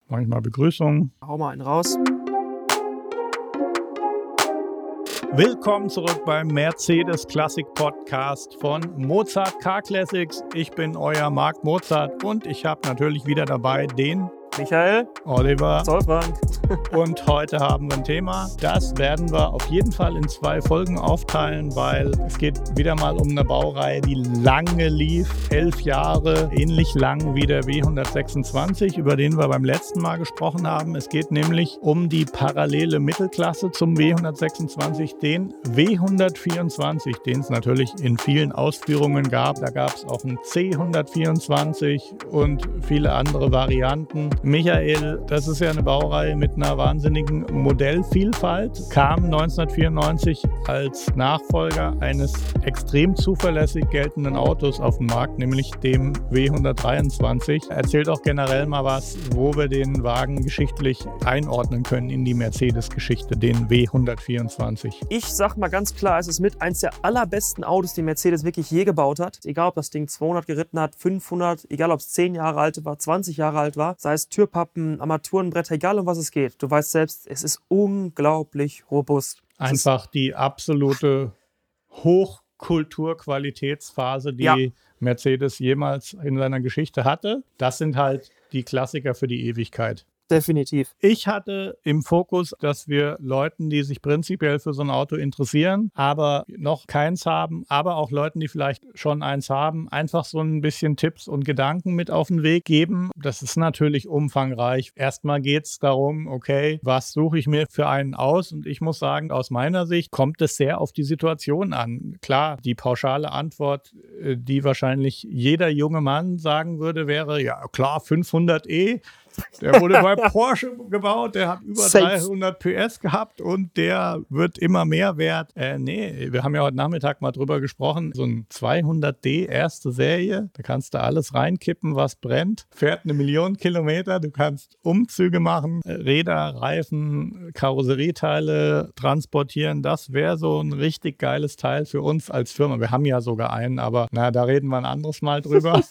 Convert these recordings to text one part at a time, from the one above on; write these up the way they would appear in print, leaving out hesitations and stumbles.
manchmal Begrüßungen. Hau mal einen raus. Willkommen zurück beim Mercedes Classic Podcast von Mozart Car Classics. Ich bin euer Marc Mozart und ich habe natürlich wieder dabei den Michael, Oliver Zollfrank. Und heute haben wir ein Thema, das werden wir auf jeden Fall in 2 Folgen aufteilen, weil es geht wieder mal um eine Baureihe, die lange lief, 11 Jahre, ähnlich lang wie der W126, über den wir beim letzten Mal gesprochen haben. Es geht nämlich um die parallele Mittelklasse zum W126, den W124, den es natürlich in vielen Ausführungen gab. Da gab es auch einen C124 und viele andere Varianten. Michael, das ist ja eine Baureihe mit einer wahnsinnigen Modellvielfalt, kam 1994 als Nachfolger eines extrem zuverlässig geltenden Autos auf den Markt, nämlich dem W123. Erzählt auch generell mal was, wo wir den Wagen geschichtlich einordnen können in die Mercedes-Geschichte, den W124. Ich sag mal ganz klar, es ist mit eins der allerbesten Autos, die Mercedes wirklich je gebaut hat. Egal, ob das Ding 200 geritten hat, 500, egal, ob es 10 Jahre alt war, 20 Jahre alt war, sei es Türpappen, Armaturenbretter, egal um was es geht. Du weißt selbst, es ist unglaublich robust. Einfach die absolute Hochkulturqualitätsphase, die Mercedes jemals in seiner Geschichte hatte. Das sind halt die Klassiker für die Ewigkeit. Definitiv. Ich hatte im Fokus, dass wir Leuten, die sich prinzipiell für so ein Auto interessieren, aber noch keins haben, aber auch Leuten, die vielleicht schon eins haben, einfach so ein bisschen Tipps und Gedanken mit auf den Weg geben. Das ist natürlich umfangreich. Erstmal geht es darum, okay, was suche ich mir für einen aus? Und ich muss sagen, aus meiner Sicht kommt es sehr auf die Situation an. Klar, die pauschale Antwort, die wahrscheinlich jeder junge Mann sagen würde, wäre, ja klar, 500e. Der wurde bei Porsche gebaut, der hat über 300 PS gehabt und der wird immer mehr wert. Nee, wir haben ja heute Nachmittag mal drüber gesprochen. So ein 200D erste Serie, da kannst du alles reinkippen, was brennt. Fährt 1 Million Kilometer, du kannst Umzüge machen, Räder, Reifen, Karosserieteile transportieren. Das wäre so ein richtig geiles Teil für uns als Firma. Wir haben ja sogar einen, aber da reden wir ein anderes Mal drüber.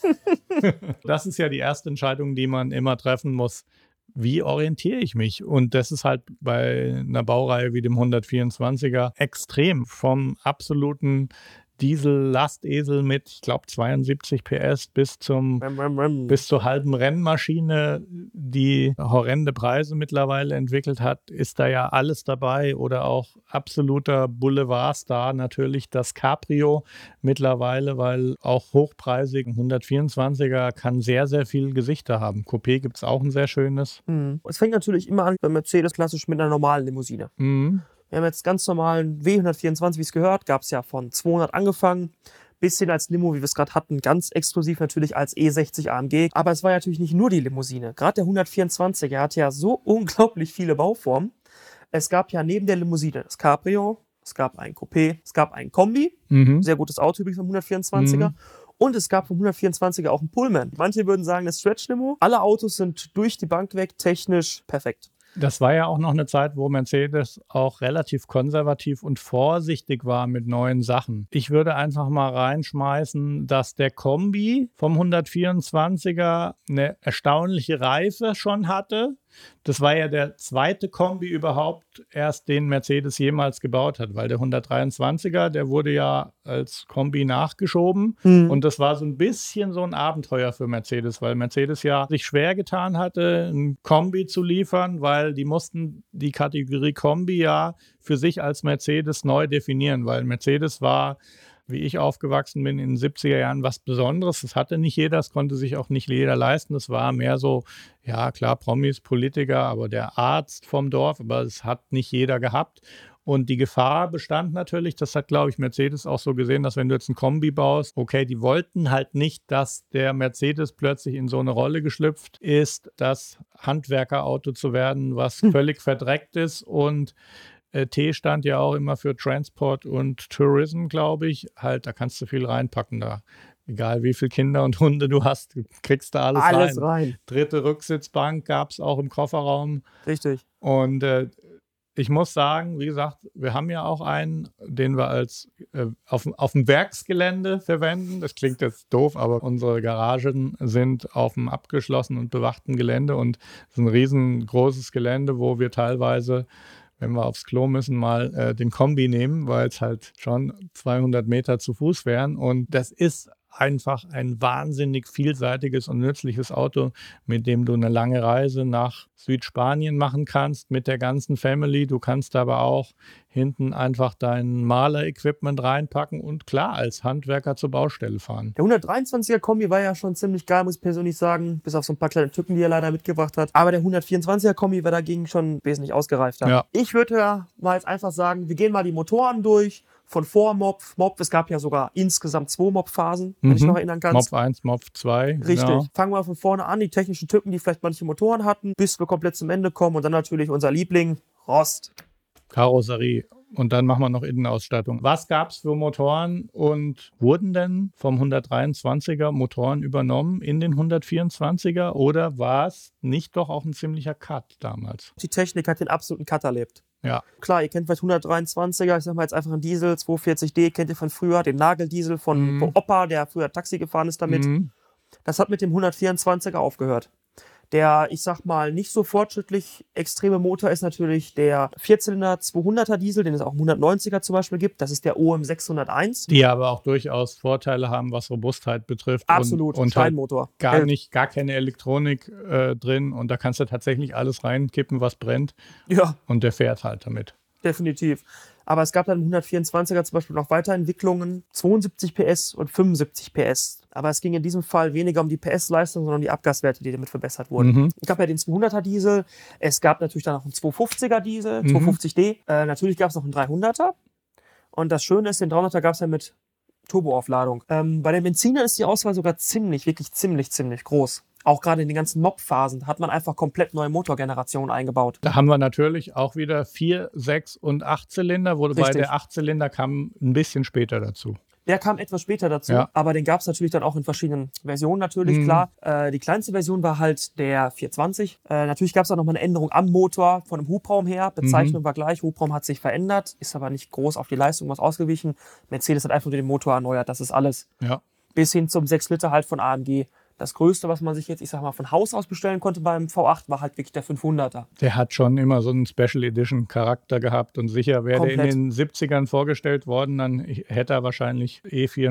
Das ist ja die erste Entscheidung, die man immer treffen muss. Wie orientiere ich mich? Und das ist halt bei einer Baureihe wie dem 124er extrem. Vom absoluten Diesel-Lastesel mit, ich glaube, 72 PS bis zur halben Rennmaschine, die horrende Preise mittlerweile entwickelt hat, ist da ja alles dabei. Oder auch absoluter Boulevardstar natürlich das Cabrio mittlerweile, weil auch hochpreisig ein 124er kann sehr, sehr viele Gesichter haben. Coupé gibt es auch ein sehr schönes. Es fängt natürlich immer an bei Mercedes klassisch mit einer normalen Limousine. Wir haben jetzt ganz normalen W124, wie es gehört, gab es ja von 200 angefangen, bisschen als Limo, wie wir es gerade hatten, ganz exklusiv natürlich als E60 AMG. Aber es war natürlich nicht nur die Limousine. Gerade der 124er hatte ja so unglaublich viele Bauformen. Es gab ja neben der Limousine das Cabrio, es gab ein Coupé, es gab ein Kombi, sehr gutes Auto übrigens vom 124er. Und es gab vom 124er auch einen Pullman. Manche würden sagen, das Stretch-Limo. Alle Autos sind durch die Bank weg technisch perfekt. Das war ja auch noch eine Zeit, wo Mercedes auch relativ konservativ und vorsichtig war mit neuen Sachen. Ich würde einfach mal reinschmeißen, dass der Kombi vom 124er eine erstaunliche Reife schon hatte. Das war ja der zweite Kombi überhaupt erst, den Mercedes jemals gebaut hat, weil der 123er, der wurde ja als Kombi nachgeschoben und das war so ein bisschen so ein Abenteuer für Mercedes, weil Mercedes ja sich schwer getan hatte, ein Kombi zu liefern, weil die mussten die Kategorie Kombi ja für sich als Mercedes neu definieren, weil Mercedes war, wie ich aufgewachsen bin, in den 70er Jahren was Besonderes. Das hatte nicht jeder, das konnte sich auch nicht jeder leisten. Das war mehr so, ja klar, Promis, Politiker, aber der Arzt vom Dorf, aber das hat nicht jeder gehabt. Und die Gefahr bestand natürlich, das hat, glaube ich, Mercedes auch so gesehen, dass wenn du jetzt ein Kombi baust, okay, die wollten halt nicht, dass der Mercedes plötzlich in so eine Rolle geschlüpft ist, das Handwerkerauto zu werden, was völlig verdreckt ist. Und T stand ja auch immer für Transport und Tourism, glaube ich. Halt, da kannst du viel reinpacken da. Egal wie viele Kinder und Hunde du hast, kriegst du alles rein. Dritte Rücksitzbank gab es auch im Kofferraum. Richtig. Und ich muss sagen, wie gesagt, wir haben ja auch einen, den wir als auf dem Werksgelände verwenden. Das klingt jetzt doof, aber unsere Garagen sind auf dem abgeschlossenen und bewachten Gelände und es ist ein riesengroßes Gelände, wo wir teilweise, wenn wir aufs Klo müssen, mal den Kombi nehmen, weil es halt schon 200 Meter zu Fuß wären. Und das ist einfach ein wahnsinnig vielseitiges und nützliches Auto, mit dem du eine lange Reise nach Südspanien machen kannst mit der ganzen Family. Du kannst aber auch hinten einfach dein Maler-Equipment reinpacken und klar als Handwerker zur Baustelle fahren. Der 123er Kombi war ja schon ziemlich geil, muss ich persönlich sagen, bis auf so ein paar kleine Tücken, die er leider mitgebracht hat. Aber der 124er Kombi war dagegen schon wesentlich ausgereifter. Ja. Ich würde ja mal jetzt einfach sagen, wir gehen mal die Motoren durch. Von vor Mopf. Es gab ja sogar insgesamt 2 Mopf-Phasen, wenn ich noch erinnern kann. Mopf 1, Mopf 2. Richtig. Genau. Fangen wir von vorne an, die technischen Tücken, die vielleicht manche Motoren hatten, bis wir komplett zum Ende kommen. Und dann natürlich unser Liebling, Rost. Karosserie. Und dann machen wir noch Innenausstattung. Was gab es für Motoren und wurden denn vom 123er Motoren übernommen in den 124er oder war es nicht doch auch ein ziemlicher Cut damals? Die Technik hat den absoluten Cut erlebt. Ja. Klar, ihr kennt vielleicht 123er, ich sag mal jetzt einfach einen Diesel, 240D, kennt ihr von früher, den Nageldiesel von Opa, der früher Taxi gefahren ist damit. Das hat mit dem 124er aufgehört. Der, ich sag mal, nicht so fortschrittlich extreme Motor ist natürlich der Vierzylinder 200er Diesel, den es auch im 190er zum Beispiel gibt. Das ist der OM 601. Die aber auch durchaus Vorteile haben, was Robustheit betrifft. Absolut, und Steinmotor. Halt gar keine Elektronik drin und da kannst du tatsächlich alles reinkippen, was brennt. Ja. Und der fährt halt damit. Definitiv. Aber es gab dann im 124er zum Beispiel noch Weiterentwicklungen, 72 PS und 75 PS. Aber es ging in diesem Fall weniger um die PS-Leistung, sondern um die Abgaswerte, die damit verbessert wurden. Es gab ja den 200er Diesel, es gab natürlich dann noch einen 250er Diesel, 250D. Natürlich gab es noch einen 300er. Und das Schöne ist, den 300er gab es ja mit Turboaufladung. Bei den Benzinern ist die Auswahl sogar wirklich ziemlich groß. Auch gerade in den ganzen Mob-Phasen hat man einfach komplett neue Motorgenerationen eingebaut. Da haben wir natürlich auch wieder 4, 6 und 8 Zylinder, wobei der 8 Zylinder kam ein bisschen später dazu. Der kam etwas später dazu, ja. Aber den gab es natürlich dann auch in verschiedenen Versionen natürlich, klar. Die kleinste Version war halt der 420. Natürlich gab es auch nochmal eine Änderung am Motor von dem Hubraum her. Bezeichnung war gleich, Hubraum hat sich verändert, ist aber nicht groß auf die Leistung was ausgewichen. Mercedes hat einfach nur den Motor erneuert, das ist alles. Ja. Bis hin zum 6 Liter halt von AMG. Das Größte, was man sich jetzt, ich sag mal, von Haus aus bestellen konnte beim V8, war halt wirklich der 500er. Der hat schon immer so einen Special Edition Charakter gehabt und sicher wäre der in den 70ern vorgestellt worden, dann hätte er wahrscheinlich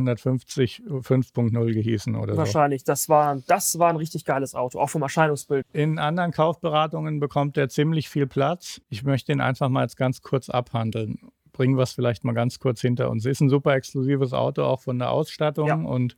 E450 5.0 gehießen oder wahrscheinlich. so. Wahrscheinlich. Das war ein richtig geiles Auto, auch vom Erscheinungsbild. In anderen Kaufberatungen bekommt er ziemlich viel Platz. Ich möchte ihn einfach mal jetzt ganz kurz abhandeln. Bringen wir es vielleicht mal ganz kurz hinter uns. Ist ein super exklusives Auto, auch von der Ausstattung und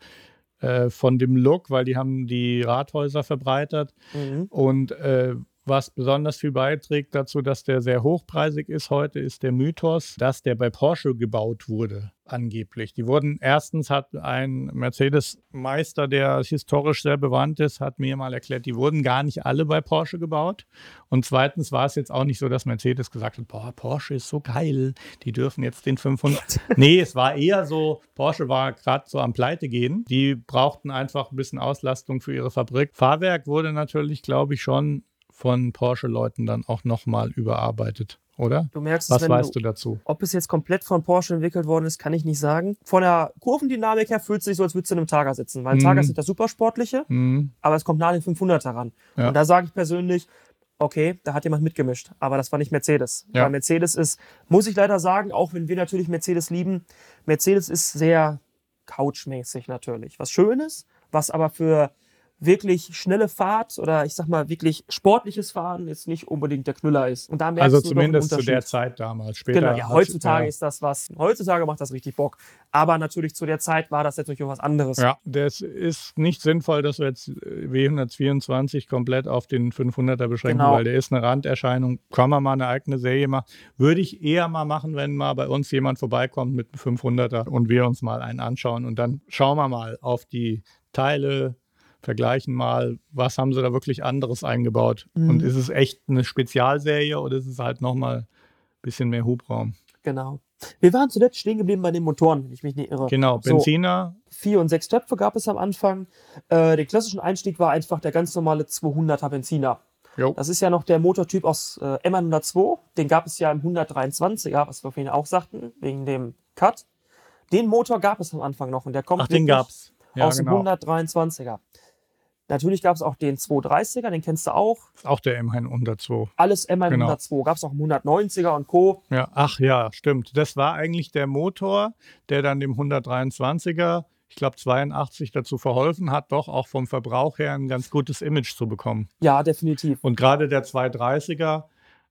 von dem Look, weil die haben die Rathäuser verbreitert und was besonders viel beiträgt dazu, dass der sehr hochpreisig ist heute, ist der Mythos, dass der bei Porsche gebaut wurde, angeblich. Die wurden, erstens hat ein Mercedes-Meister, der historisch sehr bewandt ist, hat mir mal erklärt, die wurden gar nicht alle bei Porsche gebaut. Und zweitens war es jetzt auch nicht so, dass Mercedes gesagt hat, boah, Porsche ist so geil, die dürfen jetzt den 500. Nee, es war eher so, Porsche war gerade so am Pleite gehen. Die brauchten einfach ein bisschen Auslastung für ihre Fabrik. Fahrwerk wurde natürlich, glaube ich, schon von Porsche-Leuten dann auch nochmal überarbeitet, oder? Du merkst was weißt du dazu? Ob es jetzt komplett von Porsche entwickelt worden ist, kann ich nicht sagen. Von der Kurvendynamik her fühlt es sich so, als würdest du in einem Targa sitzen. Weil ein Targa ist das Supersportliche, aber es kommt nah an den 500er ran. Ja. Und da sage ich persönlich, okay, da hat jemand mitgemischt. Aber das war nicht Mercedes. Ja. Weil Mercedes ist, muss ich leider sagen, auch wenn wir natürlich Mercedes lieben, Mercedes ist sehr couchmäßig natürlich. Was Schönes, was aber für wirklich schnelle Fahrt oder ich sag mal wirklich sportliches Fahren jetzt nicht unbedingt der Knüller ist. Und da merkst also du zumindest zu der Zeit damals. Später genau, ja, heutzutage ist das was. Heutzutage macht das richtig Bock. Aber natürlich zu der Zeit war das jetzt natürlich was anderes. Ja, das ist nicht sinnvoll, dass wir jetzt W124 komplett auf den 500er beschränken, weil der ist eine Randerscheinung. Kann man mal eine eigene Serie machen. Würde ich eher mal machen, wenn mal bei uns jemand vorbeikommt mit einem 500er und wir uns mal einen anschauen. Und dann schauen wir mal auf die Teile, vergleichen mal, was haben sie da wirklich anderes eingebaut. Und ist es echt eine Spezialserie oder ist es halt nochmal ein bisschen mehr Hubraum? Genau. Wir waren zuletzt stehen geblieben bei den Motoren, wenn ich mich nicht irre. Genau, Benziner. So, 4 und 6 Töpfe gab es am Anfang. Der klassische Einstieg war einfach der ganz normale 200er Benziner. Jo. Das ist ja noch der Motortyp aus M102. Den gab es ja im 123er, was wir vorhin auch sagten, wegen dem Cut. Den Motor gab es am Anfang noch und der kommt den gab's. Ja, aus dem 123er. Natürlich gab es auch den 230er, den kennst du auch. Auch der M102. Alles M102. Gab es auch im 190er und Co. Ja, ach ja, stimmt. Das war eigentlich der Motor, der dann dem 123er, ich glaube 82, dazu verholfen hat, doch auch vom Verbrauch her ein ganz gutes Image zu bekommen. Ja, definitiv. Und gerade der 230er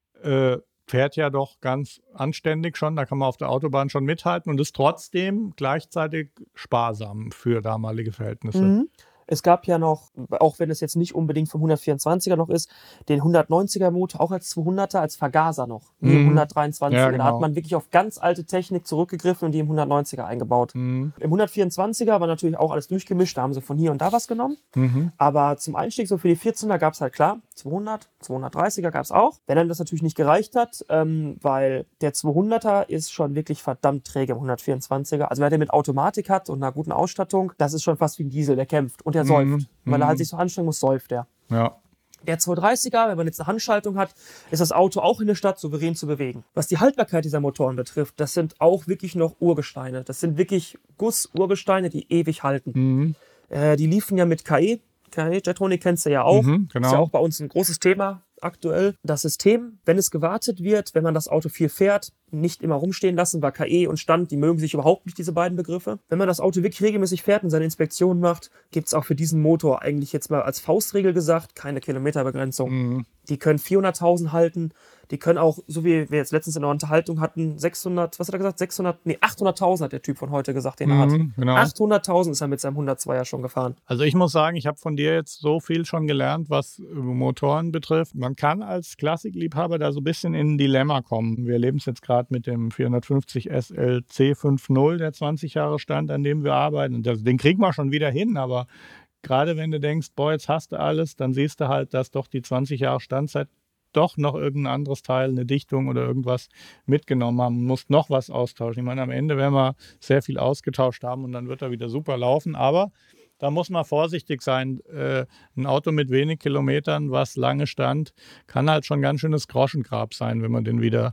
fährt ja doch ganz anständig schon. Da kann man auf der Autobahn schon mithalten und ist trotzdem gleichzeitig sparsam für damalige Verhältnisse. Mhm. Es gab ja noch, auch wenn es jetzt nicht unbedingt vom 124er noch ist, den 190er Motor auch als 200er, als Vergaser noch, wie im 123er. Ja, Da genau. hat man wirklich auf ganz alte Technik zurückgegriffen und die im 190er eingebaut. Im 124er war natürlich auch alles durchgemischt, da haben sie von hier und da was genommen. Aber zum Einstieg, so für die 14er gab es halt klar 200, 230er gab es auch. Wenn dann das natürlich nicht gereicht hat, weil der 200er ist schon wirklich verdammt träge im 124er. Also wer den mit Automatik hat und einer guten Ausstattung, das ist schon fast wie ein Diesel, der kämpft und der säuft. Weil er halt sich so anstrengen muss, säuft er. Ja. Der 230er, wenn man jetzt eine Handschaltung hat, ist das Auto auch in der Stadt souverän zu bewegen. Was die Haltbarkeit dieser Motoren betrifft, das sind auch wirklich noch Urgesteine. Das sind wirklich Guss-Urgesteine, die ewig halten. Die liefen ja mit KE. KE-Jetronic kennst du ja auch. Genau. Ist ja auch bei uns ein großes Thema aktuell. Das System, wenn es gewartet wird, wenn man das Auto viel fährt, nicht immer rumstehen lassen, weil KE und Stand, die mögen sich überhaupt nicht, diese beiden Begriffe. Wenn man das Auto wirklich regelmäßig fährt und seine Inspektionen macht, gibt es auch für diesen Motor eigentlich jetzt mal als Faustregel gesagt, keine Kilometerbegrenzung. Die können 400.000 halten, die können auch, so wie wir jetzt letztens in der Unterhaltung hatten, 600, was hat er gesagt? 800.000 hat der Typ von heute gesagt, den er hat. Genau. 800.000 ist er mit seinem 102er schon gefahren. Also ich muss sagen, ich habe von dir jetzt so viel schon gelernt, was Motoren betrifft. Man kann als Klassikliebhaber da so ein bisschen in ein Dilemma kommen. Wir erleben es jetzt gerade mit dem 450 SLC 5.0, der 20 Jahre stand, an dem wir arbeiten. Und den kriegen wir schon wieder hin, aber gerade wenn du denkst, boah, jetzt hast du alles, dann siehst du halt, dass doch die 20 Jahre Standzeit doch noch irgendein anderes Teil, eine Dichtung oder irgendwas mitgenommen haben, musst noch was austauschen. Ich meine, am Ende werden wir sehr viel ausgetauscht haben und dann wird er wieder super laufen, aber da muss man vorsichtig sein. Ein Auto mit wenig Kilometern, was lange stand, kann halt schon ganz schönes Groschengrab sein, wenn man den wieder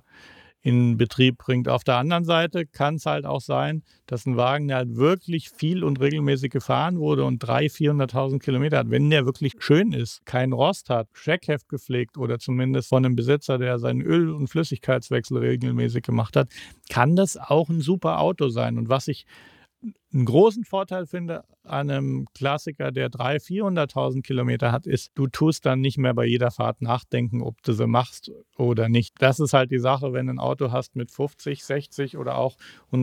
in Betrieb bringt. Auf der anderen Seite kann es halt auch sein, dass ein Wagen, der halt wirklich viel und regelmäßig gefahren wurde und 300.000, 400.000 Kilometer hat, wenn der wirklich schön ist, kein Rost hat, Scheckheft gepflegt oder zumindest von einem Besitzer, der seinen Öl- und Flüssigkeitswechsel regelmäßig gemacht hat, kann das auch ein super Auto sein. Und was ich einen großen Vorteil finde an einem Klassiker, der 300.000, 400.000 Kilometer hat, ist, du tust dann nicht mehr bei jeder Fahrt nachdenken, ob du sie machst oder nicht. Das ist halt die Sache, wenn du ein Auto hast mit 50, 60 oder auch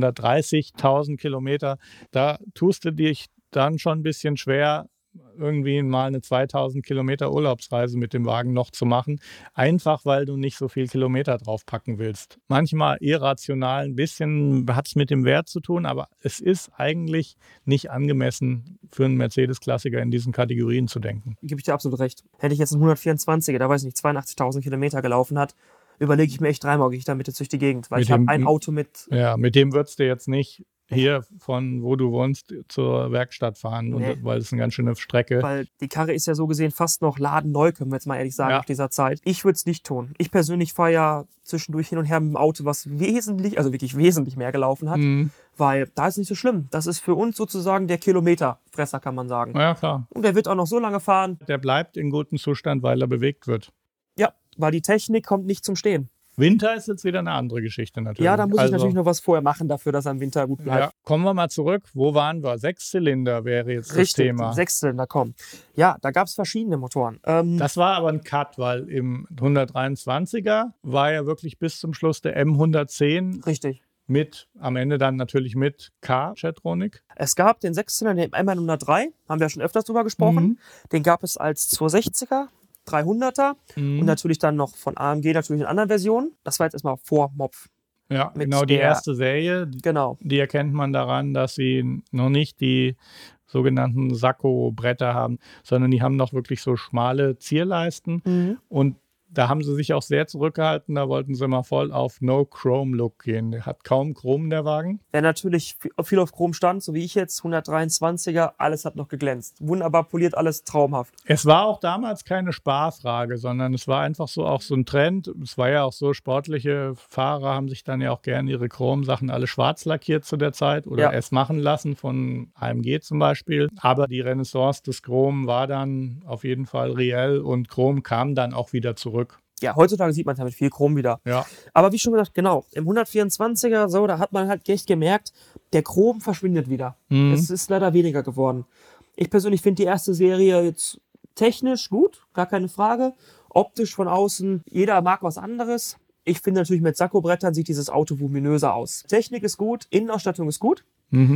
130.000 Kilometer, da tust du dich dann schon ein bisschen schwer, irgendwie mal eine 2000 Kilometer Urlaubsreise mit dem Wagen noch zu machen, einfach weil du nicht so viel Kilometer draufpacken willst. Manchmal irrational, ein bisschen hat es mit dem Wert zu tun, aber es ist eigentlich nicht angemessen für einen Mercedes-Klassiker in diesen Kategorien zu denken. Gebe ich dir absolut recht. Hätte ich jetzt einen 124er, da weiß ich nicht, 82.000 Kilometer gelaufen hat, überlege ich mir echt dreimal, gehe ich damit jetzt durch die Gegend, weil ich habe ein Auto mit... Ja, mit dem würdest du jetzt nicht hier von wo du wohnst zur Werkstatt fahren, Nee. weil es eine ganz schöne Strecke. Weil die Karre ist ja so gesehen fast noch ladenneu, können wir jetzt mal ehrlich sagen, Ja. nach dieser Zeit. Ich würde es nicht tun. Ich persönlich fahre ja zwischendurch hin und her mit dem Auto, was wesentlich, also wirklich wesentlich mehr gelaufen hat, weil da ist nicht so schlimm. Das ist für uns sozusagen der Kilometerfresser, kann man sagen. Ja, klar. Und der wird auch noch so lange fahren. Der bleibt in gutem Zustand, weil er bewegt wird. Ja, weil die Technik kommt nicht zum Stehen. Winter ist jetzt wieder eine andere Geschichte natürlich. Ja, da muss ich natürlich noch was vorher machen dafür, dass er im Winter gut bleibt. Ja, kommen wir mal zurück. Wo waren wir? Sechszylinder wäre jetzt das Thema. Sechszylinder, komm. Ja, da gab es verschiedene Motoren. Das war aber ein Cut, weil im 123er war ja wirklich bis zum Schluss der M110 Richtig. mit, am Ende dann natürlich mit K-Jetronic. Es gab den Sechszylinder, den M103, haben wir ja schon öfters drüber gesprochen. Den gab es als 260er, 300er und natürlich dann noch von AMG natürlich in anderen Versionen. Das war jetzt erstmal vor Mopf. Ja, Mit genau, die der- erste Serie, Genau. die erkennt man daran, dass sie noch nicht die sogenannten Sakko-Bretter haben, sondern die haben noch wirklich so schmale Zierleisten und Da haben sie sich auch sehr zurückgehalten. Da wollten sie mal voll auf No-Chrome-Look gehen. Der hat kaum Chrom, der Wagen. Der natürlich viel auf Chrom stand, so wie ich jetzt, 123er, alles hat noch geglänzt. Wunderbar poliert, alles traumhaft. Es war auch damals keine Sparfrage, sondern es war einfach so auch so ein Trend. Es war ja auch so, sportliche Fahrer haben sich dann ja auch gerne ihre Chrome-Sachen alle schwarz lackiert zu der Zeit oder es machen lassen von AMG zum Beispiel. Aber die Renaissance des Chrom war dann auf jeden Fall reell und Chrom kam dann auch wieder zurück. Ja, heutzutage sieht man es ja mit viel Chrom wieder. Ja. Aber wie schon gesagt, genau, im 124er, so, da hat man halt echt gemerkt, der Chrom verschwindet wieder. Es ist leider weniger geworden. Ich persönlich finde die erste Serie jetzt technisch gut, gar keine Frage. Optisch von außen, jeder mag was anderes. Ich finde natürlich mit Sakkobrettern sieht dieses Auto voluminöser aus. Technik ist gut, Innenausstattung ist gut.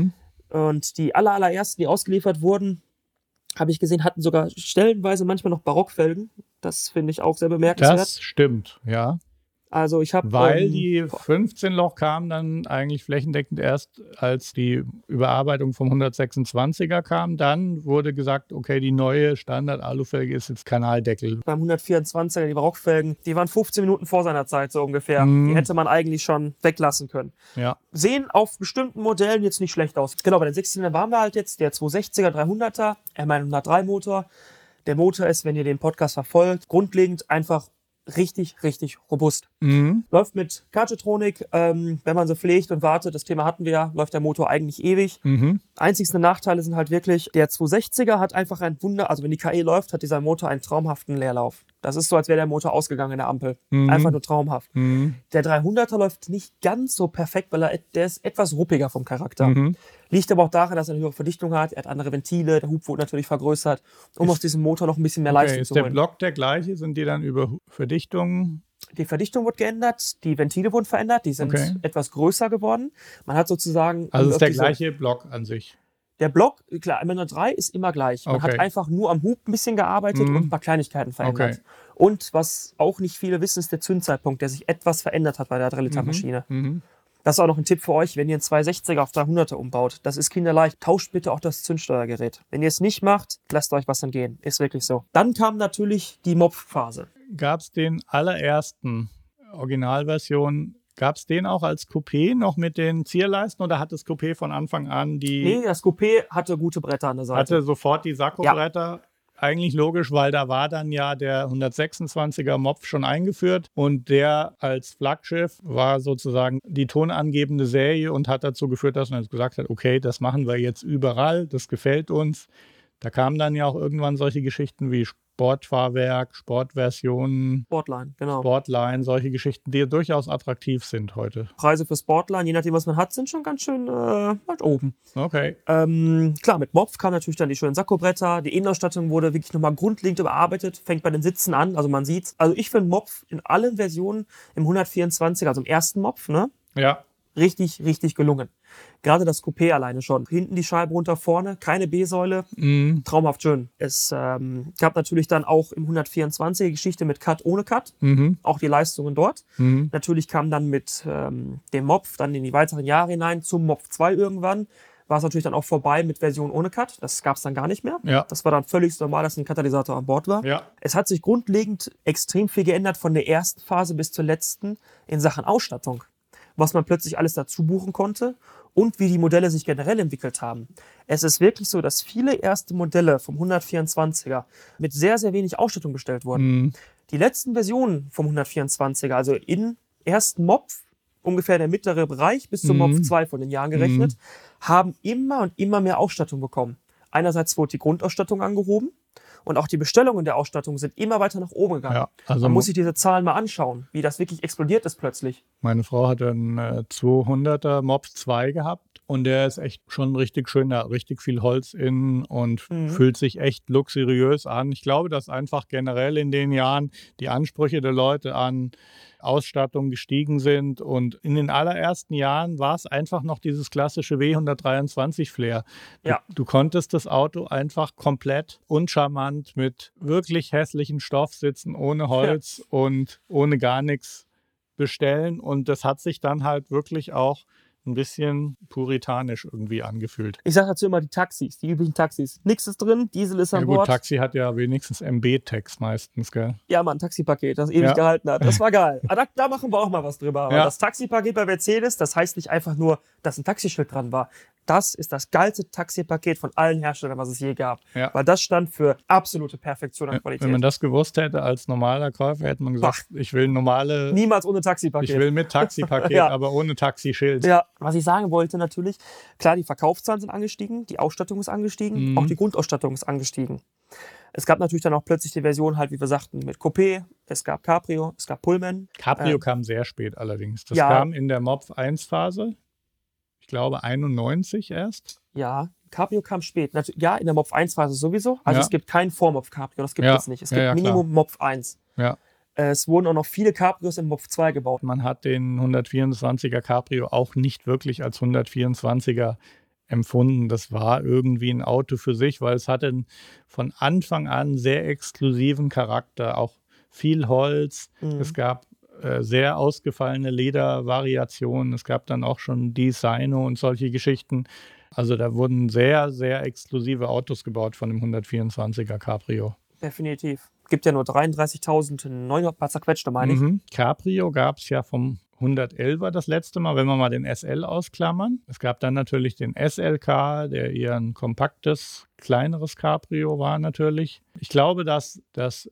Und die allerersten, die ausgeliefert wurden, habe ich gesehen, hatten sogar stellenweise manchmal noch Barockfelgen. Das finde ich auch sehr bemerkenswert. Das stimmt, ja. Also ich habe Weil die 15 Loch kam dann eigentlich flächendeckend erst, als die Überarbeitung vom 126er kam. Dann wurde gesagt, okay, die neue Standard-Alufelge ist jetzt Kanaldeckel. Beim 124er, die Barockfelgen, die waren 15 Minuten vor seiner Zeit so ungefähr. Die hätte man eigentlich schon weglassen können. Ja. Sehen auf bestimmten Modellen jetzt nicht schlecht aus. Genau, bei den 16er waren wir halt jetzt der 260er 300er, mein 103 Motor. Der Motor ist, wenn ihr den Podcast verfolgt, grundlegend einfach richtig robust. Läuft mit Kartetronik, wenn man so pflegt und wartet, das Thema hatten wir ja, läuft der Motor eigentlich ewig. Einzigste Nachteile sind halt wirklich, der 260er hat einfach ein Wunder, also wenn die KE läuft, hat dieser Motor einen traumhaften Leerlauf. Das ist so, als wäre der Motor ausgegangen in der Ampel. Einfach nur traumhaft. Der 300er läuft nicht ganz so perfekt, weil der ist etwas ruppiger vom Charakter. Liegt aber auch daran, dass er eine höhere Verdichtung hat, er hat andere Ventile, der Hub wurde natürlich vergrößert, um aus diesem Motor noch ein bisschen mehr Leistung zu holen. Ist der Block der gleiche? Sind die dann über Verdichtung? Die Verdichtung wurde geändert, die Ventile wurden verändert, die sind etwas größer geworden. Man hat sozusagen... Also ist der gleiche Block an sich? Der Block, klar, M103 ist immer gleich. Man hat einfach nur am Hub ein bisschen gearbeitet und ein paar Kleinigkeiten verändert. Und was auch nicht viele wissen, ist der Zündzeitpunkt, der sich etwas verändert hat bei der 3-Liter-Maschine. Das ist auch noch ein Tipp für euch, wenn ihr einen 260er auf 300er umbaut. Das ist kinderleicht. Tauscht bitte auch das Zündsteuergerät. Wenn ihr es nicht macht, lasst euch was entgehen. Ist wirklich so. Dann kam natürlich die Mopf-Phase. Gab es den allerersten Originalversion, gab es den auch als Coupé noch mit den Zierleisten oder hat das Coupé von Anfang an die... Nee, das Coupé hatte gute Bretter an der Seite. Hatte sofort die Sakkobretter? Ja. Eigentlich logisch, weil da war dann ja der 126er Mopf schon eingeführt und der als Flaggschiff war sozusagen die tonangebende Serie und hat dazu geführt, dass man jetzt gesagt hat, okay, das machen wir jetzt überall, das gefällt uns. Da kamen dann ja auch irgendwann solche Geschichten wie Sportfahrwerk, Sportversionen, Sportline, genau. Sportline, solche Geschichten, die durchaus attraktiv sind heute. Preise für Sportline, je nachdem, was man hat, sind schon ganz schön weit oben. Okay. Klar, mit Mopf kamen natürlich dann die schönen Sakkobretter. Die Innenausstattung wurde wirklich nochmal grundlegend überarbeitet, fängt bei den Sitzen an, also man sieht's. Also ich finde Mopf in allen Versionen im 124, also im ersten Mopf, ne? Ja. Richtig gelungen. Gerade das Coupé alleine schon. Hinten die Scheibe runter, vorne, keine B-Säule. Traumhaft schön. Es gab natürlich dann auch im 124er Geschichte mit Cut ohne Cut. Auch die Leistungen dort. Natürlich kam dann mit dem Mopf dann in die weiteren Jahre hinein zum Mopf 2 irgendwann. War es natürlich dann auch vorbei mit Version ohne Cut. Das gab es dann gar nicht mehr. Ja. Das war dann völlig normal, dass ein Katalysator an Bord war. Ja. Es hat sich grundlegend extrem viel geändert von der ersten Phase bis zur letzten in Sachen Ausstattung. Was man plötzlich alles dazu buchen konnte und wie die Modelle sich generell entwickelt haben. Es ist wirklich so, dass viele erste Modelle vom 124er mit sehr wenig Ausstattung bestellt wurden. Die letzten Versionen vom 124er, also in ersten Mopf, ungefähr der mittlere Bereich bis zum Mopf 2 von den Jahren gerechnet, haben immer und immer mehr Ausstattung bekommen. Einerseits wurde die Grundausstattung angehoben und auch die Bestellungen der Ausstattung sind immer weiter nach oben gegangen. Ja, also man muss sich diese Zahlen mal anschauen, wie das wirklich explodiert ist plötzlich. Meine Frau hat einen 200er Mopf 2 gehabt und der ist echt schon richtig schön, da hat richtig viel Holz innen und fühlt sich echt luxuriös an. Ich glaube, dass einfach generell in den Jahren die Ansprüche der Leute an Ausstattung gestiegen sind und in den allerersten Jahren war es einfach noch dieses klassische W123 Flair. Du konntest das Auto einfach komplett uncharmant mit wirklich hässlichen Stoffsitzen ohne Holz und ohne gar nichts bestellen und das hat sich dann halt wirklich auch ein bisschen puritanisch irgendwie angefühlt. Ich sage dazu immer die Taxis, die üblichen Taxis. Nix ist drin, Diesel ist an Gut, Bord. Taxi hat ja wenigstens MB-Tags meistens, gell? Ja, Mann, Taxipaket, das ewig gehalten hat. Das war geil. Aber da machen wir auch mal was drüber. Aber das Taxipaket bei Mercedes, das heißt nicht einfach nur, dass ein Taxischild dran war. Das ist das geilste Taxipaket von allen Herstellern, was es je gab. Ja. Weil das stand für absolute Perfektion an Qualität. Wenn man das gewusst hätte als normaler Käufer, hätte man gesagt, ich will normale... Niemals ohne Taxipaket. Ich will mit Taxipaket, aber ohne Taxischild. Ja, was ich sagen wollte natürlich, klar, die Verkaufszahlen sind angestiegen, die Ausstattung ist angestiegen, auch die Grundausstattung ist angestiegen. Es gab natürlich dann auch plötzlich die Version halt, wie wir sagten, mit Coupé, es gab Cabrio, es gab Pullman. Cabrio kam sehr spät allerdings. Das kam in der Mopf 1 Phase. Ich glaube 91 erst. Ja, Cabrio kam spät. Ja, in der Mopf 1 Phase sowieso. Also es gibt kein Vormopf Cabrio, das gibt es nicht. Es gibt Minimum Mopf 1. Ja. Es wurden auch noch viele Cabrios in Mopf 2 gebaut. Man hat den 124er Cabrio auch nicht wirklich als 124er empfunden. Das war irgendwie ein Auto für sich, weil es hatte von Anfang an sehr exklusiven Charakter, auch viel Holz. Es gab sehr ausgefallene Ledervariationen. Es gab dann auch schon Designo und solche Geschichten. Also da wurden sehr, sehr exklusive Autos gebaut von dem 124er Cabrio. Definitiv. Gibt ja nur 33.900 paar zerquetschte, meine ich. Cabrio gab es ja vom 111er das letzte Mal, wenn wir mal den SL ausklammern. Es gab dann natürlich den SLK, der eher ein kompaktes, kleineres Cabrio war natürlich. Ich glaube, dass das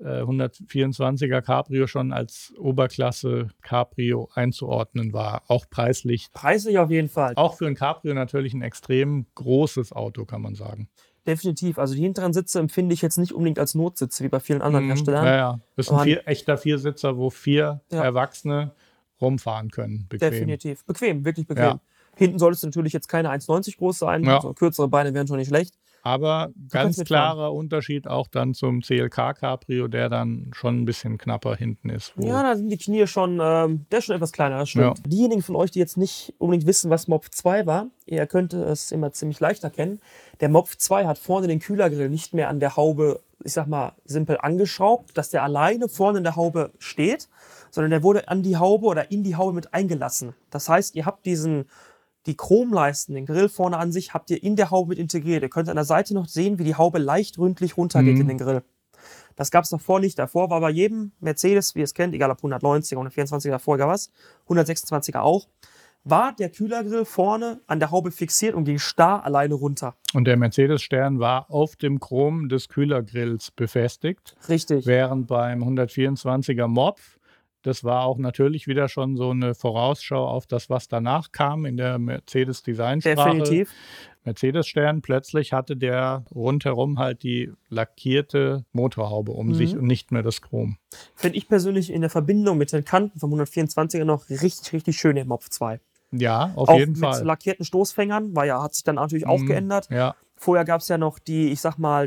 124er Cabrio schon als Oberklasse Cabrio einzuordnen war, auch preislich. Preislich auf jeden Fall. Auch für ein Cabrio natürlich ein extrem großes Auto, kann man sagen. Definitiv. Also die hinteren Sitze empfinde ich jetzt nicht unbedingt als Notsitze, wie bei vielen anderen Herstellern. Ja. Das ist ein echter Viersitzer, wo 4 Erwachsene rumfahren können. Bequem. Definitiv. Bequem, wirklich bequem. Ja. Hinten solltest du natürlich jetzt keine 1,90 groß sein. Ja. Also kürzere Beine wären schon nicht schlecht. Aber ganz klarer Unterschied auch dann zum CLK Cabrio, der dann schon ein bisschen knapper hinten ist. Ja, da sind die Knie schon, der ist schon etwas kleiner, das stimmt. Ja. Diejenigen von euch, die jetzt nicht unbedingt wissen, was Mopf 2 war, ihr könnt es immer ziemlich leicht erkennen. Der Mopf 2 hat vorne den Kühlergrill nicht mehr an der Haube, ich sag mal, simpel angeschraubt, dass der alleine vorne in der Haube steht, sondern der wurde an die Haube oder in die Haube mit eingelassen. Das heißt, ihr habt die Chromleisten, den Grill vorne an sich, habt ihr in der Haube mit integriert. Ihr könnt an der Seite noch sehen, wie die Haube leicht ründlich runtergeht in den Grill. Das gab es davor nicht. Davor war bei jedem Mercedes, wie ihr es kennt, egal ob 190er, 124er, davor egal was, 126er auch, war der Kühlergrill vorne an der Haube fixiert und ging starr alleine runter. Und der Mercedes-Stern war auf dem Chrom des Kühlergrills befestigt. Richtig. Während beim 124er Mopf, das war auch natürlich wieder schon so eine Vorausschau auf das, was danach kam in der Mercedes-Designsprache. Definitiv. Mercedes-Stern, plötzlich hatte der rundherum halt die lackierte Motorhaube um sich und nicht mehr das Chrom. Finde ich persönlich in der Verbindung mit den Kanten vom 124er noch richtig, richtig schön im Mopf 2. Ja, auf auch jeden Fall. Mit lackierten Stoßfängern, hat sich dann natürlich auch geändert. Ja. Vorher gab es ja noch die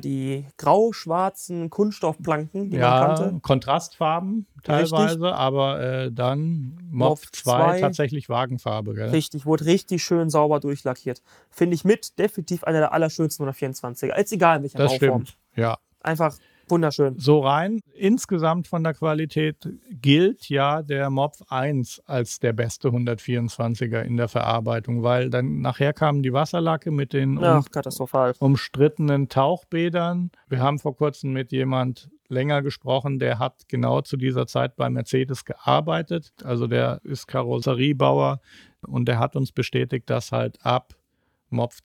grau-schwarzen Kunststoffplanken, die man kannte. Kontrastfarben teilweise, aber dann Mopf 2 tatsächlich Wagenfarbe. Gell? Richtig, wurde richtig schön sauber durchlackiert. Finde ich definitiv einer der allerschönsten 124er. Jetzt egal in welcher Bauform. Das stimmt, ja. Einfach wunderschön. So rein. Insgesamt von der Qualität gilt ja der Mopf 1 als der beste 124er in der Verarbeitung, weil dann nachher kamen die Wasserlacke mit den katastrophal umstrittenen Tauchbädern. Wir haben vor kurzem mit jemand länger gesprochen, der hat genau zu dieser Zeit bei Mercedes gearbeitet. Also der ist Karosseriebauer und der hat uns bestätigt, dass halt ab Mopf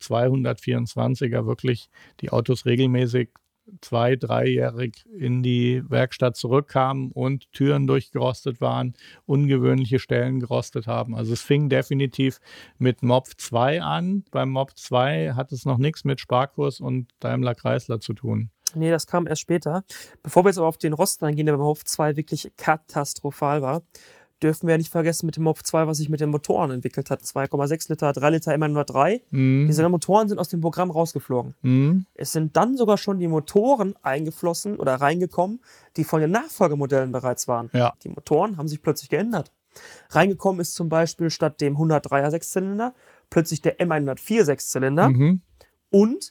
224er wirklich die Autos regelmäßig 2-, 3-jährig in die Werkstatt zurückkamen und Türen durchgerostet waren, ungewöhnliche Stellen gerostet haben. Also es fing definitiv mit Mopf 2 an. Beim Mopf 2 hat es noch nichts mit Sparkurs und Daimler-Chrysler zu tun. Nee, das kam erst später. Bevor wir jetzt aber auf den Rost eingehen, der beim Mopf 2 wirklich katastrophal war, dürfen wir ja nicht vergessen mit dem Mopf 2, was sich mit den Motoren entwickelt hat. 2,6 Liter, 3 Liter M103. Diese Motoren sind aus dem Programm rausgeflogen. Es sind dann sogar schon die Motoren eingeflossen oder reingekommen, die von den Nachfolgemodellen bereits waren. Ja. Die Motoren haben sich plötzlich geändert. Reingekommen ist zum Beispiel statt dem 103er Sechszylinder plötzlich der M104 Sechszylinder und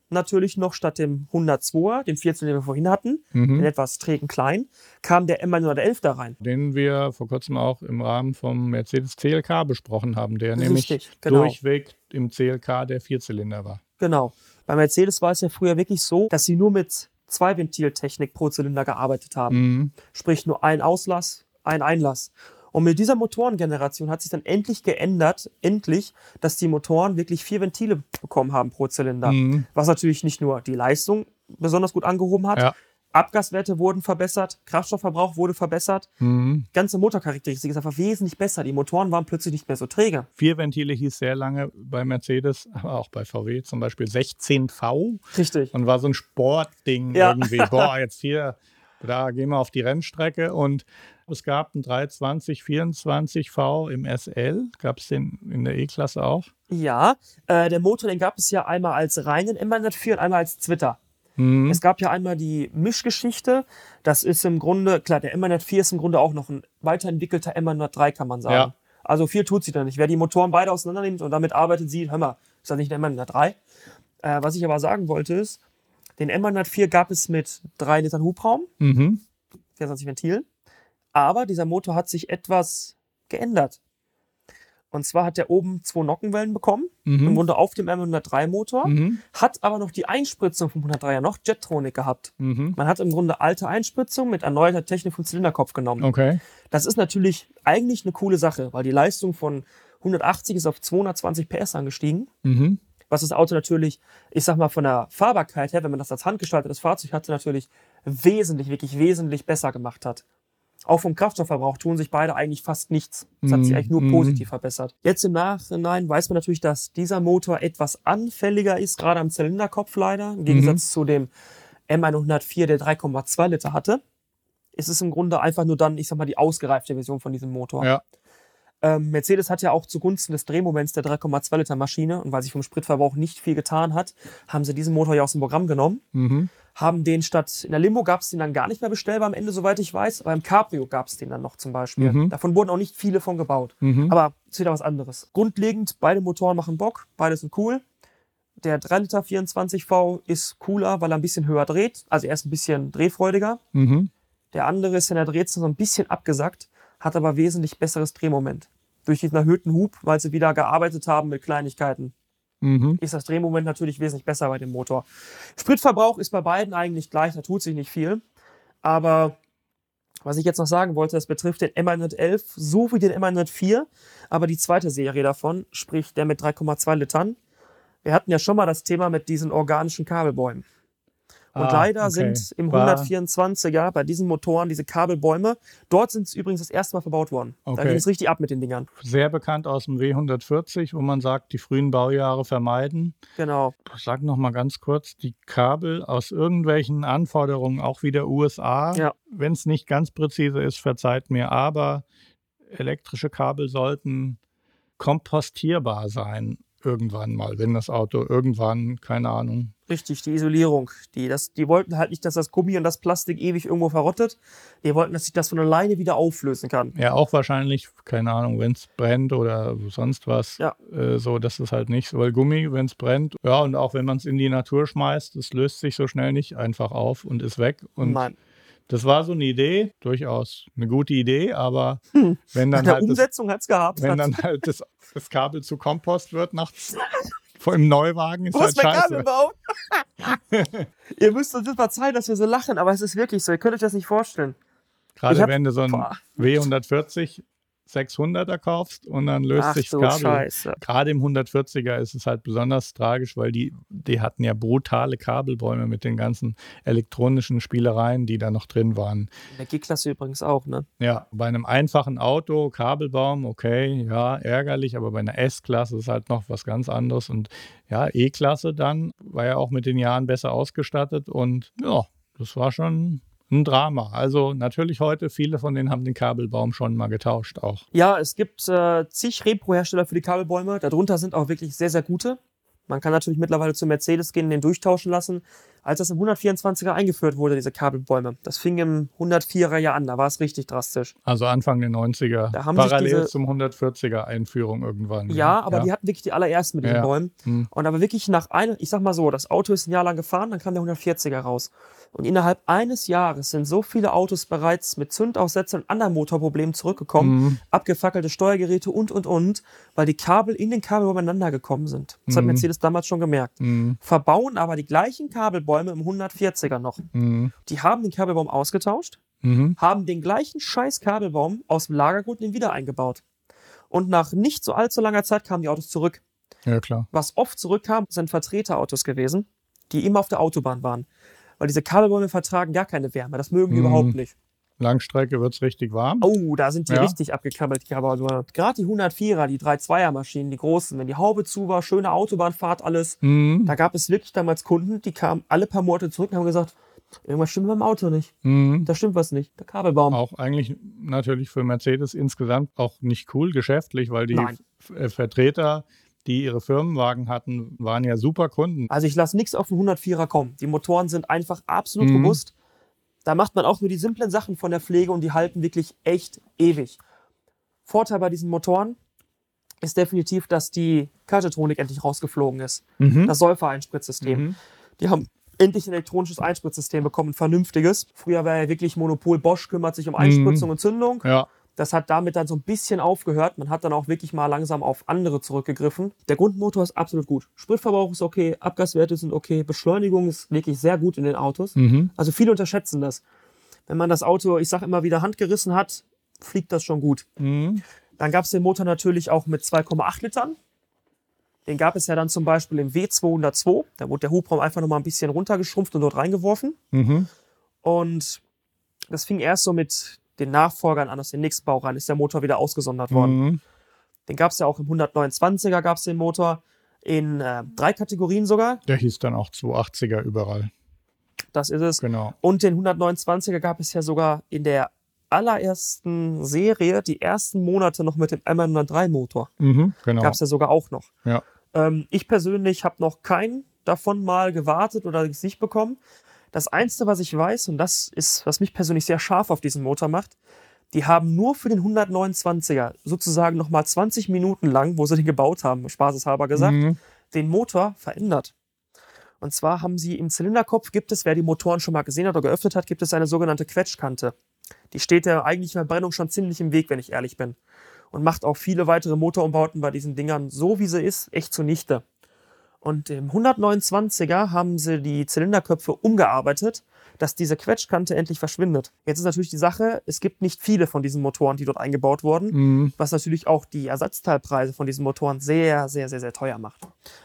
natürlich noch statt dem 102er, dem 14, den wir vorhin hatten, den etwas trägen klein, kam der M111 da rein. Den wir vor kurzem auch im Rahmen vom Mercedes CLK besprochen haben, der nämlich genau. durchweg im CLK der Vierzylinder war. Genau. Bei Mercedes war es ja früher wirklich so, dass sie nur mit Zwei-Ventil-Technik pro Zylinder gearbeitet haben. Sprich nur ein Auslass, ein Einlass. Und mit dieser Motorengeneration hat sich dann endlich geändert, dass die Motoren wirklich 4 Ventile bekommen haben pro Zylinder. Was natürlich nicht nur die Leistung besonders gut angehoben hat, Abgaswerte wurden verbessert, Kraftstoffverbrauch wurde verbessert. Ganze Motorcharakteristik ist einfach wesentlich besser. Die Motoren waren plötzlich nicht mehr so träge. 4 Ventile hieß sehr lange bei Mercedes, aber auch bei VW zum Beispiel 16V. Richtig. Und war so ein Sportding irgendwie. Boah, jetzt hier, da gehen wir auf die Rennstrecke. Und es gab einen 320, 24V im SL. Gab es den in der E-Klasse auch? Ja, der Motor, den gab es ja einmal als reinen M104 und einmal als Zwitter. Es gab ja einmal die Mischgeschichte. Das ist im Grunde, klar, der M104 ist im Grunde auch noch ein weiterentwickelter M103, kann man sagen. Ja. Also viel tut sie da nicht. Wer die Motoren beide auseinander nimmt und damit arbeitet, sieht, hör mal, ist das nicht der M103? Was ich aber sagen wollte ist, den M104 gab es mit 3 Litern Hubraum, 24 Ventilen. Aber dieser Motor hat sich etwas geändert. Und zwar hat der oben 2 Nockenwellen bekommen, im Grunde auf dem M103-Motor, hat aber noch die Einspritzung vom 103er, noch Jetronic gehabt. Man hat im Grunde alte Einspritzung mit erneuerter Technik vom Zylinderkopf genommen. Okay. Das ist natürlich eigentlich eine coole Sache, weil die Leistung von 180 ist auf 220 PS angestiegen. Was das Auto natürlich, ich sag mal, von der Fahrbarkeit her, wenn man das als handgestaltetes Fahrzeug hatte, natürlich wirklich wesentlich besser gemacht hat. Auch vom Kraftstoffverbrauch tun sich beide eigentlich fast nichts. Das hat sich eigentlich nur positiv verbessert. Jetzt im Nachhinein weiß man natürlich, dass dieser Motor etwas anfälliger ist, gerade am Zylinderkopf leider. Im Gegensatz zu dem M104, der 3,2 Liter hatte. Es ist im Grunde einfach nur dann, ich sag mal, die ausgereifte Version von diesem Motor. Ja. Mercedes hat ja auch zugunsten des Drehmoments der 3,2 Liter Maschine und weil sich vom Spritverbrauch nicht viel getan hat, haben sie diesen Motor ja aus dem Programm genommen. Haben den statt, in der Limo gab es den dann gar nicht mehr bestellbar am Ende, soweit ich weiß, aber im Cabrio gab es den dann noch zum Beispiel. Davon wurden auch nicht viele von gebaut. Aber ist wieder was anderes. Grundlegend, beide Motoren machen Bock, beide sind cool. Der 3 Liter 24V ist cooler, weil er ein bisschen höher dreht, also er ist ein bisschen drehfreudiger. Der andere ist in der Drehzahl so ein bisschen abgesackt, hat aber wesentlich besseres Drehmoment. Durch diesen erhöhten Hub, weil sie wieder gearbeitet haben mit Kleinigkeiten, ist das Drehmoment natürlich wesentlich besser bei dem Motor. Spritverbrauch ist bei beiden eigentlich gleich, da tut sich nicht viel. Aber was ich jetzt noch sagen wollte, das betrifft den M111 sowie den M104, aber die zweite Serie davon, sprich der mit 3,2 Litern. Wir hatten ja schon mal das Thema mit diesen organischen Kabelbäumen. Und leider sind im 124er bei diesen Motoren diese Kabelbäume, dort sind es übrigens das erste Mal verbaut worden. Da ging es richtig ab mit den Dingern. Sehr bekannt aus dem W140, wo man sagt, die frühen Baujahre vermeiden. Genau. Sag noch mal ganz kurz, die Kabel aus irgendwelchen Anforderungen, auch wieder USA, wenn es nicht ganz präzise ist, verzeiht mir, aber elektrische Kabel sollten kompostierbar sein. Irgendwann mal, wenn das Auto irgendwann, keine Ahnung. Richtig, die Isolierung. Die wollten halt nicht, dass das Gummi und das Plastik ewig irgendwo verrottet. Die wollten, dass sich das von alleine wieder auflösen kann. Ja, auch wahrscheinlich, keine Ahnung, wenn es brennt oder sonst was. So, das ist halt nicht so. Weil Gummi, wenn es brennt, ja, und auch wenn man es in die Natur schmeißt, das löst sich so schnell nicht einfach auf und ist weg. Und nein. Das war so eine Idee, durchaus eine gute Idee, aber wenn dann halt Umsetzung hat's gehabt. Wenn dann halt das Kabel zu Kompost wird nachts vor dem Neuwagen, ist halt scheiße. Ihr müsst uns jetzt mal zeigen, dass wir so lachen, aber es ist wirklich so. Ihr könnt euch das nicht vorstellen. Gerade wenn du so ein W140 600er kaufst und dann löst sich das Kabel. Scheiße. Gerade im 140er ist es halt besonders tragisch, weil die hatten ja brutale Kabelbäume mit den ganzen elektronischen Spielereien, die da noch drin waren. In der G-Klasse übrigens auch, ne? Ja, bei einem einfachen Auto, Kabelbaum, okay, ja, ärgerlich, aber bei einer S-Klasse ist halt noch was ganz anderes. Und ja, E-Klasse dann war ja auch mit den Jahren besser ausgestattet und ja, das war schon ein Drama. Also natürlich heute, viele von denen haben den Kabelbaum schon mal getauscht auch. Ja, es gibt zig Repro-Hersteller für die Kabelbäume. Darunter sind auch wirklich sehr, sehr gute. Man kann natürlich mittlerweile zu Mercedes gehen und den durchtauschen lassen. Als das im 124er eingeführt wurde, diese Kabelbäume, das fing im 104er Jahr an, da war es richtig drastisch. Also Anfang der 90er, da haben parallel zum 140er Einführung irgendwann. Ja, aber die hatten wirklich die allerersten mit diesen Bäumen. Und aber wirklich nach einem, ich sag mal so, das Auto ist ein Jahr lang gefahren, dann kam der 140er raus. Und innerhalb eines Jahres sind so viele Autos bereits mit Zündaussetzern und anderen Motorproblemen zurückgekommen, abgefackelte Steuergeräte und, weil die Kabel in den Kabelbäumen aneinander gekommen sind. Das hat Mercedes damals schon gemerkt. Verbauen aber die gleichen Kabelbäume im 140er noch. Die haben den Kabelbaum ausgetauscht, haben den gleichen scheiß Kabelbaum aus dem Lagergut in den wieder eingebaut. Und nach nicht so allzu langer Zeit kamen die Autos zurück. Ja, klar. Was oft zurückkam, sind Vertreterautos gewesen, die immer auf der Autobahn waren. Weil diese Kabelbäume vertragen gar keine Wärme. Das mögen die überhaupt nicht. Langstrecke wird es richtig warm. Oh, da sind die richtig abgekabbelt, die Kabelbäume. Gerade die 104er, die 3.2er-Maschinen, die großen, wenn die Haube zu war, schöne Autobahnfahrt, alles. Da gab es wirklich damals Kunden, die kamen alle paar Monate zurück und haben gesagt, irgendwas stimmt beim Auto nicht. Da stimmt was nicht. Der Kabelbaum. Auch eigentlich natürlich für Mercedes insgesamt auch nicht cool geschäftlich, weil die Vertreter, die ihre Firmenwagen hatten, waren ja super Kunden. Also ich lasse nichts auf den 104er kommen. Die Motoren sind einfach absolut robust. Da macht man auch nur die simplen Sachen von der Pflege und die halten wirklich echt ewig. Vorteil bei diesen Motoren ist definitiv, dass die Kältetronik endlich rausgeflogen ist. Das Säufer-Einspritzsystem. Die haben endlich ein elektronisches Einspritzsystem bekommen, ein vernünftiges. Früher war ja wirklich Monopol Bosch, kümmert sich um Einspritzung und Zündung. Ja. Das hat damit dann so ein bisschen aufgehört. Man hat dann auch wirklich mal langsam auf andere zurückgegriffen. Der Grundmotor ist absolut gut. Spritverbrauch ist okay, Abgaswerte sind okay, Beschleunigung ist wirklich sehr gut in den Autos. Also viele unterschätzen das. Wenn man das Auto, ich sag immer wieder, handgerissen hat, fliegt das schon gut. Dann gab es den Motor natürlich auch mit 2,8 Litern. Den gab es ja dann zum Beispiel im W202. Da wurde der Hubraum einfach nochmal ein bisschen runtergeschrumpft und dort reingeworfen. Und das fing erst so mit den Nachfolgern an, aus dem nächsten Baureihen ist der Motor wieder ausgesondert worden. Den gab es ja auch im 129er, gab es den Motor in 3 Kategorien sogar. Der hieß dann auch 280er überall. Das ist es. Genau. Und den 129er gab es ja sogar in der allerersten Serie, die ersten Monate noch mit dem M103 Motor. Genau. Gab es ja sogar auch noch. Ja. Ich persönlich habe noch keinen davon mal gewartet oder es nicht bekommen. Das Einzige, was ich weiß, und das ist, was mich persönlich sehr scharf auf diesen Motor macht, die haben nur für den 129er sozusagen nochmal 20 Minuten lang, wo sie den gebaut haben, spaßeshalber gesagt, den Motor verändert. Und zwar haben sie im Zylinderkopf, wer die Motoren schon mal gesehen hat oder geöffnet hat, gibt es eine sogenannte Quetschkante. Die steht der eigentlichen Verbrennung schon ziemlich im Weg, wenn ich ehrlich bin. Und macht auch viele weitere Motorumbauten bei diesen Dingern, so wie sie ist, echt zunichte. Und im 129er haben sie die Zylinderköpfe umgearbeitet, dass diese Quetschkante endlich verschwindet. Jetzt ist natürlich die Sache, es gibt nicht viele von diesen Motoren, die dort eingebaut wurden, was natürlich auch die Ersatzteilpreise von diesen Motoren sehr, sehr, sehr, sehr teuer macht.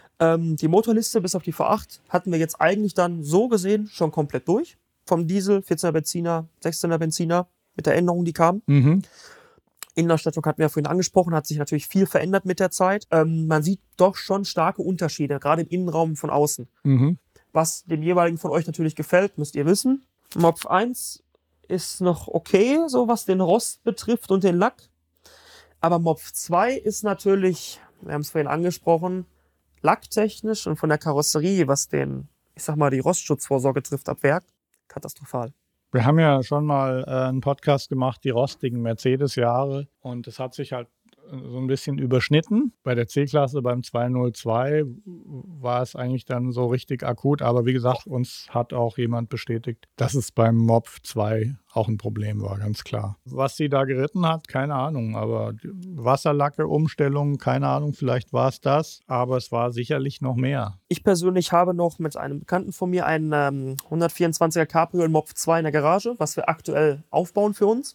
Die Motorliste bis auf die V8 hatten wir jetzt eigentlich dann so gesehen schon komplett durch. Vom Diesel, 14er Benziner, 16er Benziner mit der Änderung, die kam. Innenausstattung hatten wir ja vorhin angesprochen, hat sich natürlich viel verändert mit der Zeit. Man sieht doch schon starke Unterschiede, gerade im Innenraum von außen. Was dem jeweiligen von euch natürlich gefällt, müsst ihr wissen. Mopf 1 ist noch okay, so was den Rost betrifft und den Lack. Aber Mopf 2 ist natürlich, wir haben es vorhin angesprochen, lacktechnisch und von der Karosserie, was den, ich sag mal, die Rostschutzvorsorge trifft ab Werk, katastrophal. Wir haben ja schon mal einen Podcast gemacht, die rostigen Mercedes-Jahre. Und es hat sich halt so ein bisschen überschnitten. Bei der C-Klasse, beim 202, war es eigentlich dann so richtig akut. Aber wie gesagt, uns hat auch jemand bestätigt, dass es beim Mopf 2 auch ein Problem war, ganz klar. Was sie da geritten hat, keine Ahnung. Aber Wasserlacke, Umstellung, keine Ahnung, vielleicht war es das. Aber es war sicherlich noch mehr. Ich persönlich habe noch mit einem Bekannten von mir einen 124er Cabrio in Mopf 2 in der Garage, was wir aktuell aufbauen für uns.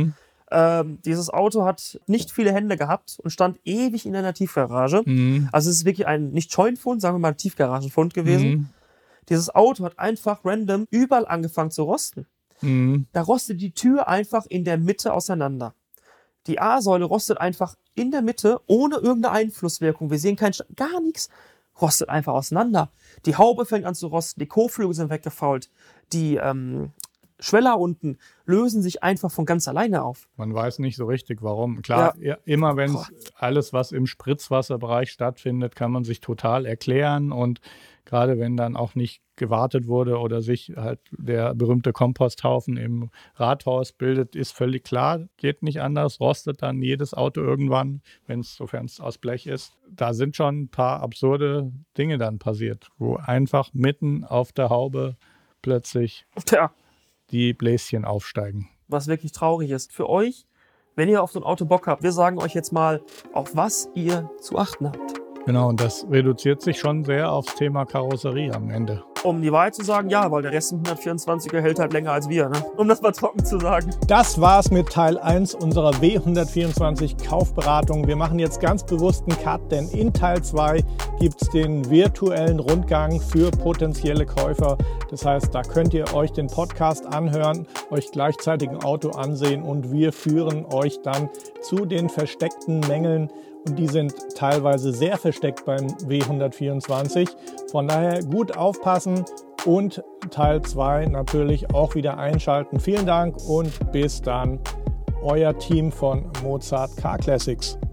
Dieses Auto hat nicht viele Hände gehabt und stand ewig in einer Tiefgarage. Also es ist wirklich ein, nicht Scheunenfund, sagen wir mal Tiefgaragenfund gewesen. Dieses Auto hat einfach random überall angefangen zu rosten. Da rostet die Tür einfach in der Mitte auseinander. Die A-Säule rostet einfach in der Mitte, ohne irgendeine Einflusswirkung. Wir sehen gar nichts. Rostet einfach auseinander. Die Haube fängt an zu rosten, die Kotflügel sind weggefault, die Schweller unten lösen sich einfach von ganz alleine auf. Man weiß nicht so richtig, warum. Klar, immer wenn alles, was im Spritzwasserbereich stattfindet, kann man sich total erklären. Und gerade wenn dann auch nicht gewartet wurde oder sich halt der berühmte Komposthaufen im Rathaus bildet, ist völlig klar, geht nicht anders, rostet dann jedes Auto irgendwann, sofern es aus Blech ist. Da sind schon ein paar absurde Dinge dann passiert, wo einfach mitten auf der Haube plötzlich die Bläschen aufsteigen. Was wirklich traurig ist. Für euch, wenn ihr auf so ein Auto Bock habt, wir sagen euch jetzt mal, auf was ihr zu achten habt. Genau, und das reduziert sich schon sehr aufs Thema Karosserie am Ende. Um die Wahrheit zu sagen, ja, weil der Rest im 124er hält halt länger als wir, ne? Um das mal trocken zu sagen. Das war's mit Teil 1 unserer W124 Kaufberatung. Wir machen jetzt ganz bewusst einen Cut, denn in Teil 2 gibt's den virtuellen Rundgang für potenzielle Käufer. Das heißt, da könnt ihr euch den Podcast anhören, euch gleichzeitig ein Auto ansehen und wir führen euch dann zu den versteckten Mängeln. Und die sind teilweise sehr versteckt beim W124. Von daher gut aufpassen und Teil 2 natürlich auch wieder einschalten. Vielen Dank und bis dann. Euer Team von Mozart Car Classics.